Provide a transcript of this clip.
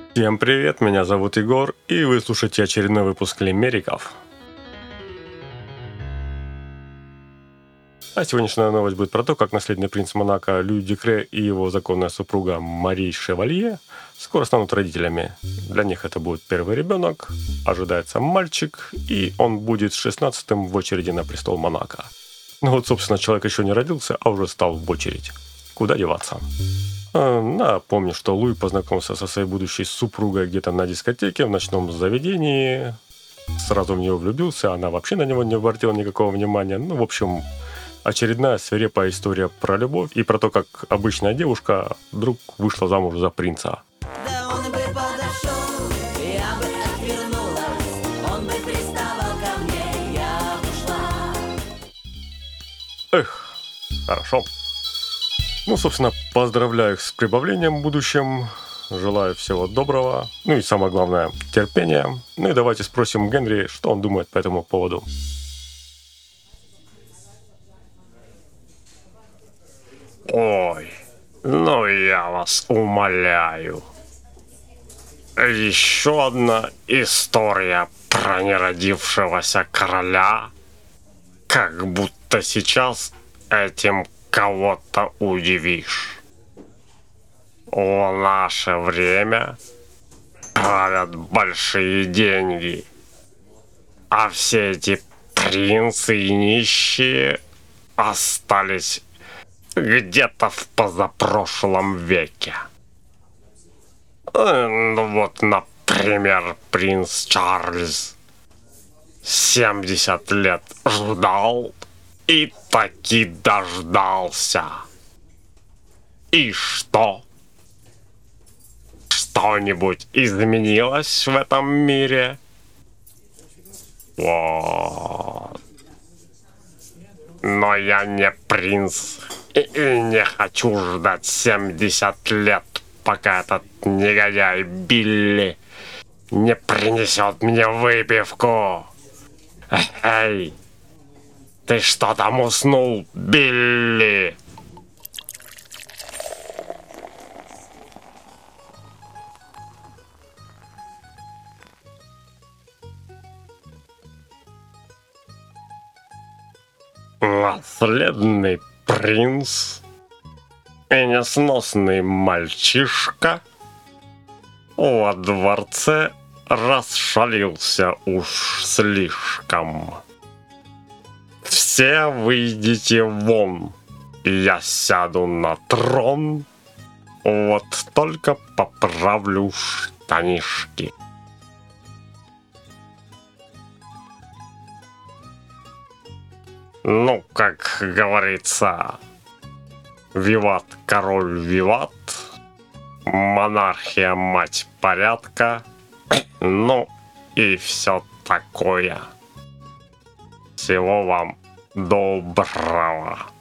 Всем привет, меня зовут Егор, и вы слушаете очередной выпуск Лимериков. А сегодняшняя новость будет про то, как наследный принц Монако Люи Дюкре и его законная супруга Мари Шевалье скоро станут родителями. Для них это будет первый ребенок, ожидается мальчик, и он будет 16-м в очереди на престол Монако. Ну вот, собственно, человек еще не родился, а уже стал в очередь. Куда деваться? Напомню, что Луи познакомился со своей будущей супругой где-то на дискотеке, в ночном заведении. Сразу в нее влюбился, она вообще на него не обратила никакого внимания. Ну, в общем, очередная свирепая история про любовь и про то, как обычная девушка вдруг вышла замуж за принца. Да он бы подошел, я бы отвернулась, он бы приставал ко мне, я бы шла. Эх, хорошо. Ну, собственно, поздравляю их с прибавлением в будущем. Желаю всего доброго. Ну и самое главное, терпения. Ну и давайте спросим Генри, что он думает по этому поводу. Ой, ну я вас умоляю. Еще одна история про неродившегося короля. Как будто сейчас этим кого-то удивишь. В наше время правят большие деньги. А все эти принцы и нищие остались где-то в позапрошлом веке. Ну вот, например, принц Чарльз 70 лет ждал и таки дождался. И что? Что-нибудь изменилось в этом мире? Вот. Но я не принц и не хочу ждать 70 лет, пока этот негодяй Билли не принесет мне выпивку. Эй, ты что там уснул, Билли? Наследный принц и несносный мальчишка во дворце расшалился уж слишком. Все выйдите вон, я сяду на трон, вот только поправлю штанишки. Ну, как говорится, виват, король, виват, монархия, мать порядка, ну и все такое. Всего вам доброго.